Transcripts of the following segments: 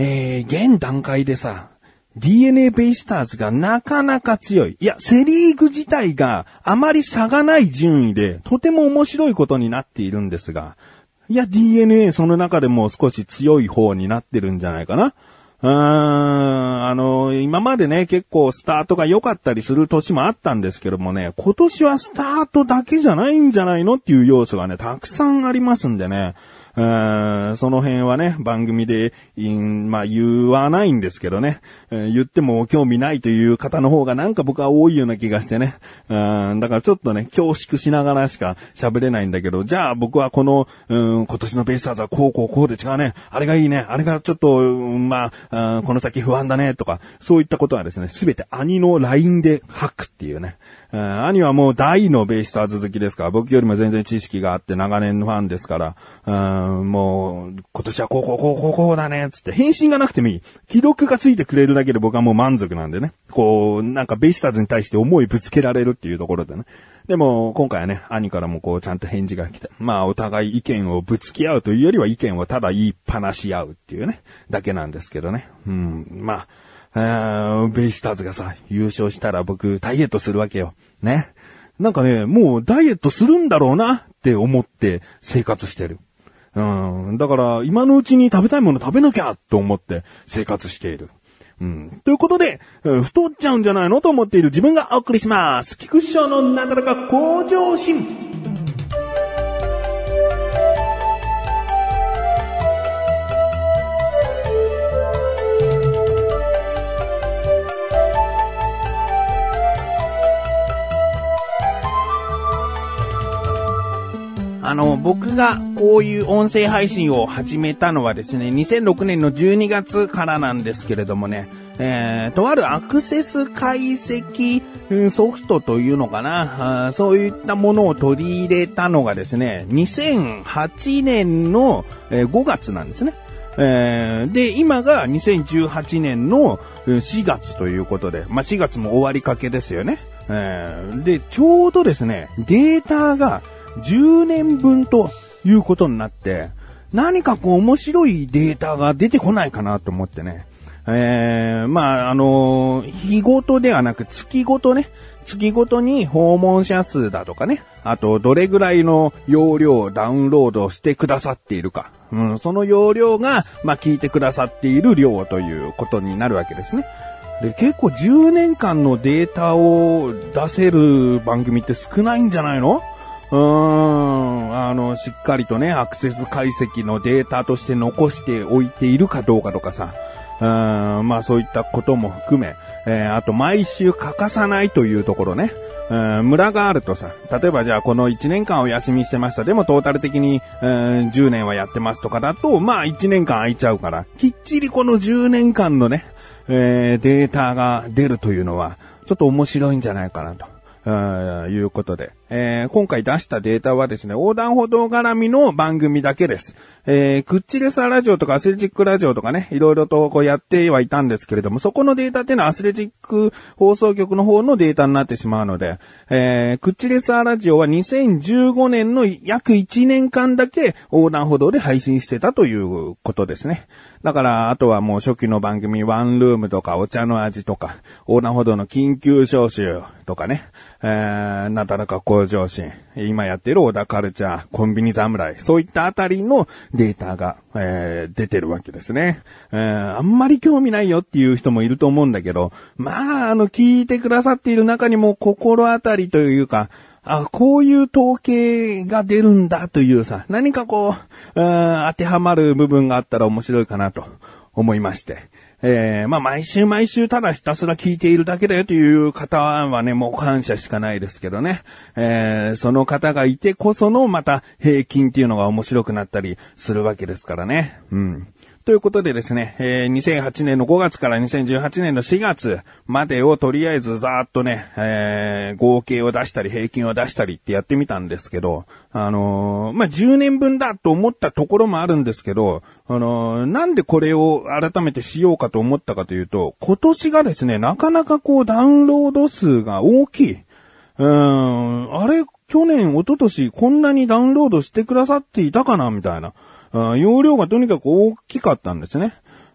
現段階でさ、DNA ベイスターズがなかなか強い。いや、セリーグ自体があまり差がない順位で、とても面白いことになっているんですが、いや、DNA その中でも少し強い方になってるんじゃないかな。今までね、結構スタートが良かったりする年もあったんですけどもね、今年はスタートだけじゃないんじゃないのっていう要素がね、たくさんありますんでね。その辺はね、番組で、言わないんですけどね、言っても興味ないという方の方がなんか僕は多いような気がしてね。だからちょっとね、恐縮しながらしか喋れないんだけど、じゃあ僕はこの、今年のベイスターズはこうで違うね。あれがいいね。あれがちょっと、この先不安だね。とか、そういったことはですね、すべて兄の LINE で吐くっていうね。兄はもう大のベイスターズ好きですから、僕よりも全然知識があって長年のファンですから、もう、今年はこうだね、つって、返信がなくてもいい。既読がついてくれるだけで僕はもう満足なんでね。なんかベイスターズに対して思いぶつけられるっていうところでね。でも、今回はね、兄からもちゃんと返事が来て、お互い意見をぶつけ合うというよりは意見をただ言いっぱなし合うっていうね、だけなんですけどね。ベイスターズがさ、優勝したら僕、ダイエットするわけよ。ね。なんかね、もうダイエットするんだろうなって思って生活してる。だから今のうちに食べたいもの食べなきゃと思って生活している。ということで、太っちゃうんじゃないのと思っている自分がお送りします。菊師匠のなだらか向上心。僕がこういう音声配信を始めたのはですね、2006年の12月からなんですけれどもね、とあるアクセス解析ソフトというのかな、そういったものを取り入れたのがですね、2008年の5月なんですね。で、今が2018年の4月ということで、4月も終わりかけですよね。で、ちょうどですね、データが10年分ということになって、何か面白いデータが出てこないかなと思ってね。日ごとではなく月ごとね、月ごとに訪問者数だとかね、あとどれぐらいの容量ダウンロードしてくださっているか、その容量が、聞いてくださっている量ということになるわけですね。で、結構10年間のデータを出せる番組って少ないんじゃないの？しっかりとね、アクセス解析のデータとして残しておいているかどうかとかさ、そういったことも含め、あと毎週欠かさないというところね、ムラがあるとさ、例えばじゃあこの1年間お休みしてました。でもトータル的に、10年はやってますとかだと、1年間空いちゃうから、きっちりこの10年間のね、データが出るというのは、ちょっと面白いんじゃないかなと。いうことで、今回出したデータはですね、横断歩道絡みの番組だけです。クッチレスラジオとかアスレチックラジオとかね、いろいろとやってはいたんですけれども、そこのデータっていうのはアスレチック放送局の方のデータになってしまうので、クッチレスラジオは2015年の約1年間だけ横断歩道で配信してたということですね。だから、あとはもう初期の番組、ワンルームとかお茶の味とか、横断歩道の緊急招集とかね、なだらか向上心、今やっている小田カルチャー、コンビニ侍、そういったあたりのデータが、出てるわけですね。あんまり興味ないよっていう人もいると思うんだけど、聞いてくださっている中にも心当たりというか、こういう統計が出るんだというさ、何か当てはまる部分があったら面白いかなと思いまして。毎週ただひたすら聞いているだけだよという方はね、もう感謝しかないですけどね。その方がいてこそのまた平均っていうのが面白くなったりするわけですからね。ということでですね、2008年の5月から2018年の4月までをとりあえずざーっとね、合計を出したり平均を出したりってやってみたんですけど、10年分だと思ったところもあるんですけど、なんでこれを改めてしようかと思ったかというと、今年がですね、なかなかダウンロード数が大きい。あれ、去年、一昨年こんなにダウンロードしてくださっていたかなみたいな。容量がとにかく大きかったんですね。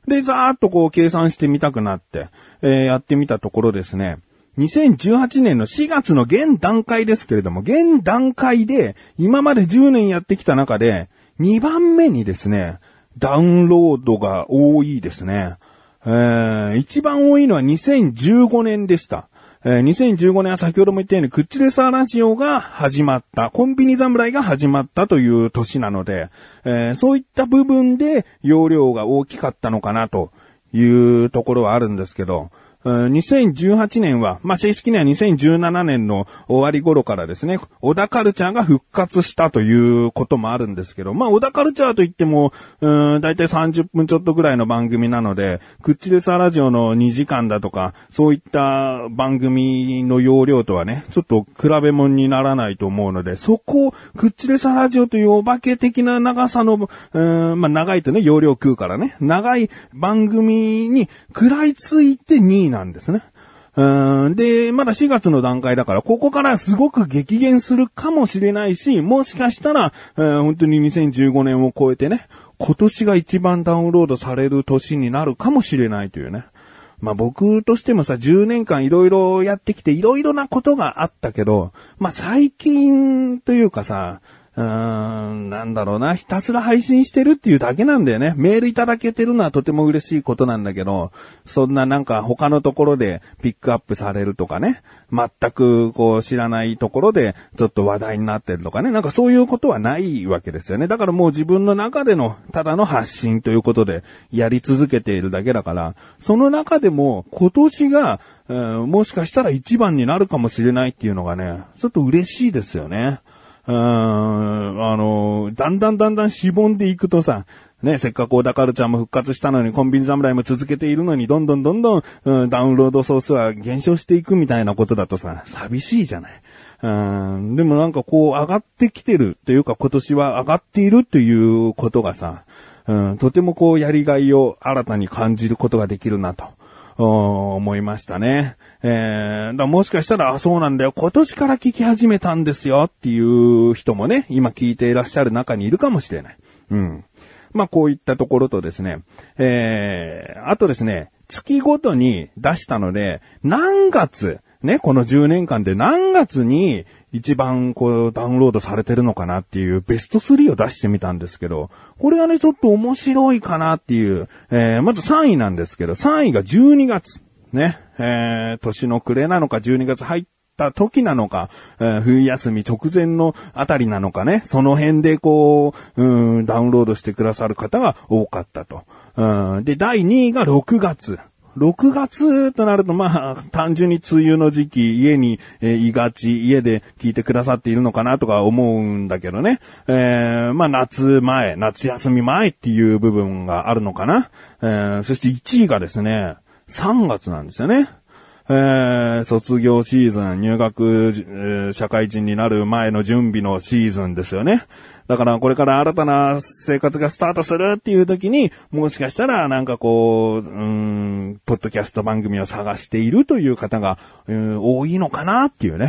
で、ざーっとこう計算してみたくなって、やってみたところですね、2018年の4月の現段階ですけれども、現段階で今まで10年やってきた中で2番目にですね、ダウンロードが多いですね。一番多いのは2015年でした。2015年は先ほども言ったようにクッチレサーラジオが始まった、コンビニ侍が始まったという年なので、そういった部分で容量が大きかったのかなというところはあるんですけど、2018年は、正式には2017年の終わり頃からですね、小田カルチャーが復活したということもあるんですけど、小田カルチャーといっても、だいたい30分ちょっとぐらいの番組なので、クッチレサラジオの2時間だとか、そういった番組の容量とはね、ちょっと比べ物にならないと思うので、そこを、クッチレサラジオというお化け的な長さの、長いとね、容量食うからね、長い番組に食らいついて2位なんですね。で、まだ4月の段階だから、ここからすごく激減するかもしれないし、もしかしたら、本当に2015年を超えてね、今年が一番ダウンロードされる年になるかもしれないというね。僕としてもさ、10年間いろいろやってきていろいろなことがあったけど、最近というかさ、なんだろうな、ひたすら配信してるっていうだけなんだよね。メールいただけてるのはとても嬉しいことなんだけど、そんななんか他のところでピックアップされるとかね、全くこう知らないところでちょっと話題になってるとかね、なんかそういうことはないわけですよね。だからもう自分の中でのただの発信ということでやり続けているだけだから、その中でも今年が、もしかしたら一番になるかもしれないっていうのがね、ちょっと嬉しいですよね。だんだんしぼんでいくとさ、ね、せっかく小田カルチャーも復活したのに、コンビニ侍も続けているのに、どんどん、ダウンロード総数は減少していくみたいなことだとさ、寂しいじゃない。でもなんかこう上がってきてるというか、今年は上がっているということがさ、とてもこうやりがいを新たに感じることができるなと。思いましたね。もしかしたら、そうなんだよ、今年から聞き始めたんですよっていう人もね、今聞いていらっしゃる中にいるかもしれない。こういったところとですね、あとですね、月ごとに出したので、何月、ね、この10年間で何月に一番こうダウンロードされてるのかなっていうベスト3を出してみたんですけど、これがねちょっと面白いかなっていう、まず3位なんですけど、3位が12月。ね、年の暮れなのか12月入った時なのか、冬休み直前のあたりなのかね、その辺でこう、ダウンロードしてくださる方が多かったと。で、第2位が6月。6月となると単純に梅雨の時期家に、いがち、家で聞いてくださっているのかなとか思うんだけどね。夏休み前っていう部分があるのかな。そして1位がですね、3月なんですよね。卒業シーズン、入学、社会人になる前の準備のシーズンですよね。だからこれから新たな生活がスタートするっていう時に、もしかしたらなんかこう、ポッドキャスト番組を探しているという方が、多いのかなっていうね。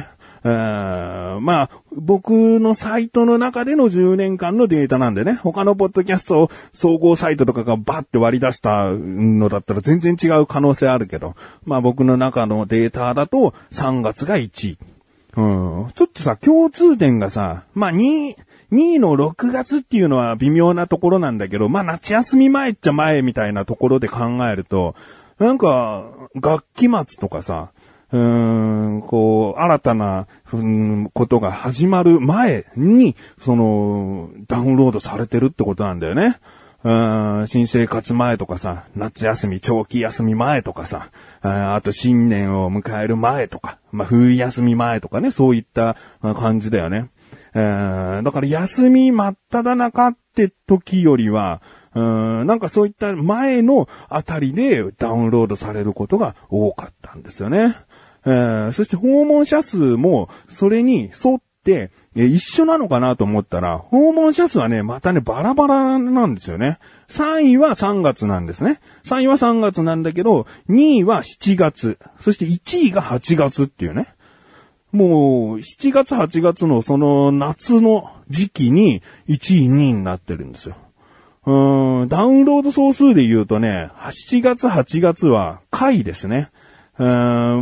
僕のサイトの中での10年間のデータなんでね、他のポッドキャスト総合サイトとかがバッて割り出したのだったら全然違う可能性あるけど、僕の中のデータだと3月が1位。ちょっとさ、共通点がさ、2位の6月っていうのは微妙なところなんだけど、夏休み前っちゃ前みたいなところで考えると、なんか、学期末とかさ、こう、新たな、ことが始まる前に、ダウンロードされてるってことなんだよね。新生活前とかさ、夏休み、長期休み前とかさ、あと新年を迎える前とか、冬休み前とかね、そういった感じだよね。だから休み真っ只中って時よりは、なんかそういった前のあたりでダウンロードされることが多かったんですよね。そして訪問者数もそれに沿って一緒なのかなと思ったら、訪問者数はね、またね、バラバラなんですよね。3位は3月なんですね。3位は3月なんだけど、2位は7月、そして1位が8月っていうね。もう、7月8月のその夏の時期に1位2位になってるんですよ。 ダウンロード総数で言うとね、7月、8月は下位ですね。もう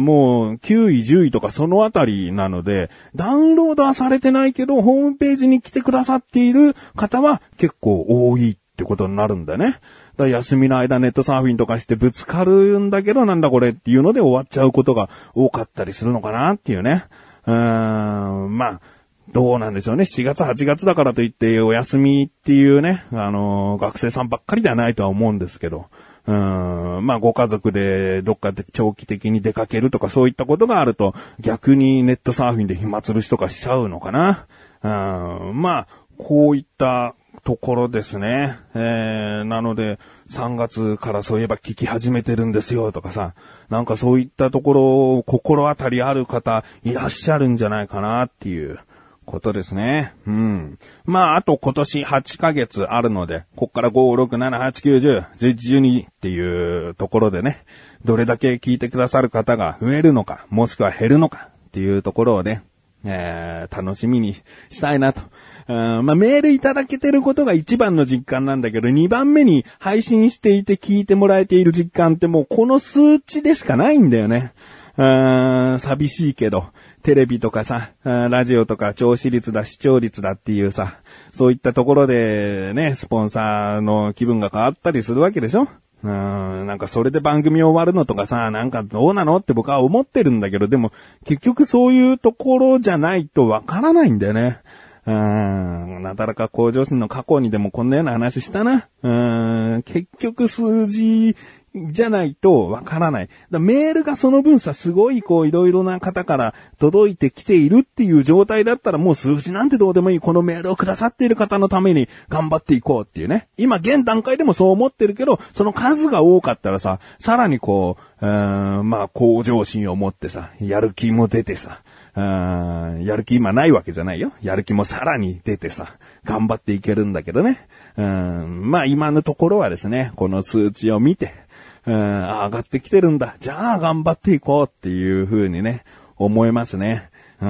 9位、10位とかそのあたりなので、ダウンロードはされてないけど、ホームページに来てくださっている方は結構多いってことになるんだね。だから休みの間ネットサーフィンとかしてぶつかるんだけどなんだこれっていうので終わっちゃうことが多かったりするのかなっていうね。まあ、どうなんでしょうね。7月、8月だからといってお休みっていうね、学生さんばっかりではないとは思うんですけど。まあご家族でどっかで長期的に出かけるとかそういったことがあると逆にネットサーフィンで暇つぶしとかしちゃうのかな。まあこういったところですね。なので3月からそういえば聞き始めてるんですよとかさ、なんかそういったところ心当たりある方いらっしゃるんじゃないかなっていうことですね。まあ、あと今年8ヶ月あるので、こっから5、6、7、8、9、10、11、12っていうところでね、どれだけ聞いてくださる方が増えるのか、もしくは減るのかっていうところをね、楽しみにしたいなと。まあ、メールいただけてることが一番の実感なんだけど、2番目に配信していて聞いてもらえている実感ってもうこの数値でしかないんだよね。寂しいけど。テレビとかさ、ラジオとか聴取率だ、視聴率だっていうさ、そういったところでね、スポンサーの気分が変わったりするわけでしょ？なんかそれで番組終わるのとかさ、なんかどうなのって僕は思ってるんだけど、でも結局そういうところじゃないとわからないんだよね。なだらか向上心の過去にでもこんなような話したな。結局数字じゃないとわからない。メールがその分さ、すごいこういろいろな方から届いてきているっていう状態だったらもう数字なんてどうでもいい。このメールをくださっている方のために頑張っていこうっていうね。今現段階でもそう思ってるけど、その数が多かったらさ、さらにこう、まあ向上心を持ってさ、やる気も出てさ、やる気今ないわけじゃないよ。やる気もさらに出てさ、頑張っていけるんだけどね。まあ今のところはですね、この数値を見て、上がってきてるんだ。じゃあ頑張っていこうっていう風にね、思いますね。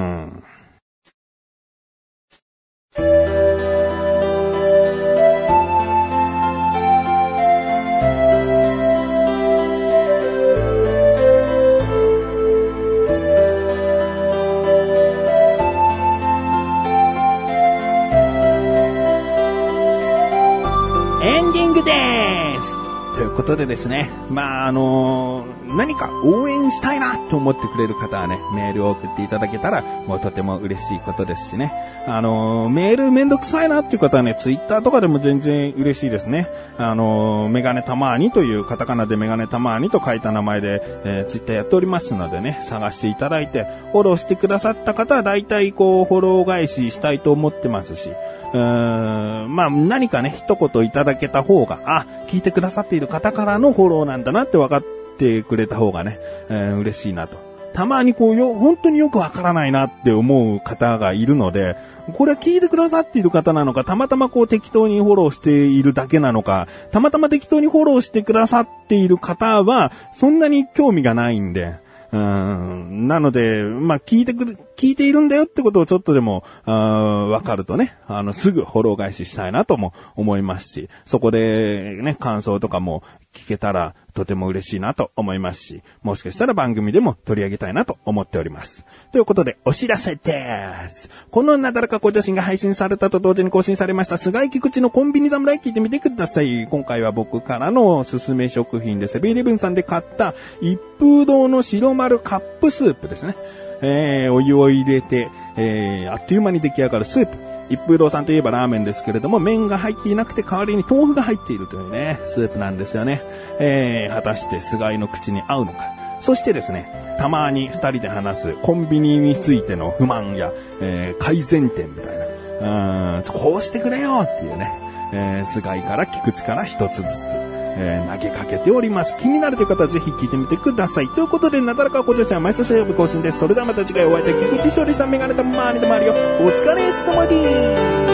エンディングでーす。ということでですね、まあ何か応援したいなと思ってくれる方はね、メールを送っていただけたらもうとても嬉しいことですしね。メールめんどくさいなっていう方はね、ツイッターとかでも全然嬉しいですね。メガネたまーにというカタカナでメガネたまーにと書いた名前で、ツイッターやっておりますのでね、探していただいてフォローしてくださった方は大体こうフォロー返ししたいと思ってますし、まあ何かね一言いただけた方が、聞いてくださっている方からのフォローなんだなって分かってくれた方がね、嬉しいなと。たまにこう本当によくわからないなって思う方がいるので、これは聞いてくださっている方なのか、たまたまこう適当にフォローしているだけなのか、たまたま適当にフォローしてくださっている方はそんなに興味がないんで、なので、まあ、聞いているんだよってことをちょっとでも、わかるとね、すぐフォロー返ししたいなとも思いますし、そこでね、感想とかも聞けたらとても嬉しいなと思いますし、もしかしたら番組でも取り上げたいなと思っております。ということで、お知らせです。このなだらか向上心が配信されたと同時に更新されました、菅井菊池のコンビニ侍聞いてみてください。今回は僕からのおすすめ食品でセブンイレブンさんで買った一風堂の白丸カップスープですね。お湯を入れて、あっという間に出来上がるスープ。一風堂さんといえばラーメンですけれども、麺が入っていなくて代わりに豆腐が入っているというね、スープなんですよね。果たして菅井の口に合うのか。そしてですね、たまに二人で話すコンビニについての不満や、改善点みたいな、こうしてくれよっていうね、菅井から菊池から一つずつ。投げかけております。気になるという方はぜひ聞いてみてください。ということで、なだらか向上心は毎週水曜日更新です。それではまた次回お会いできる菊池勝利さん、メガネたまーにでもあるよ。お疲れ様です。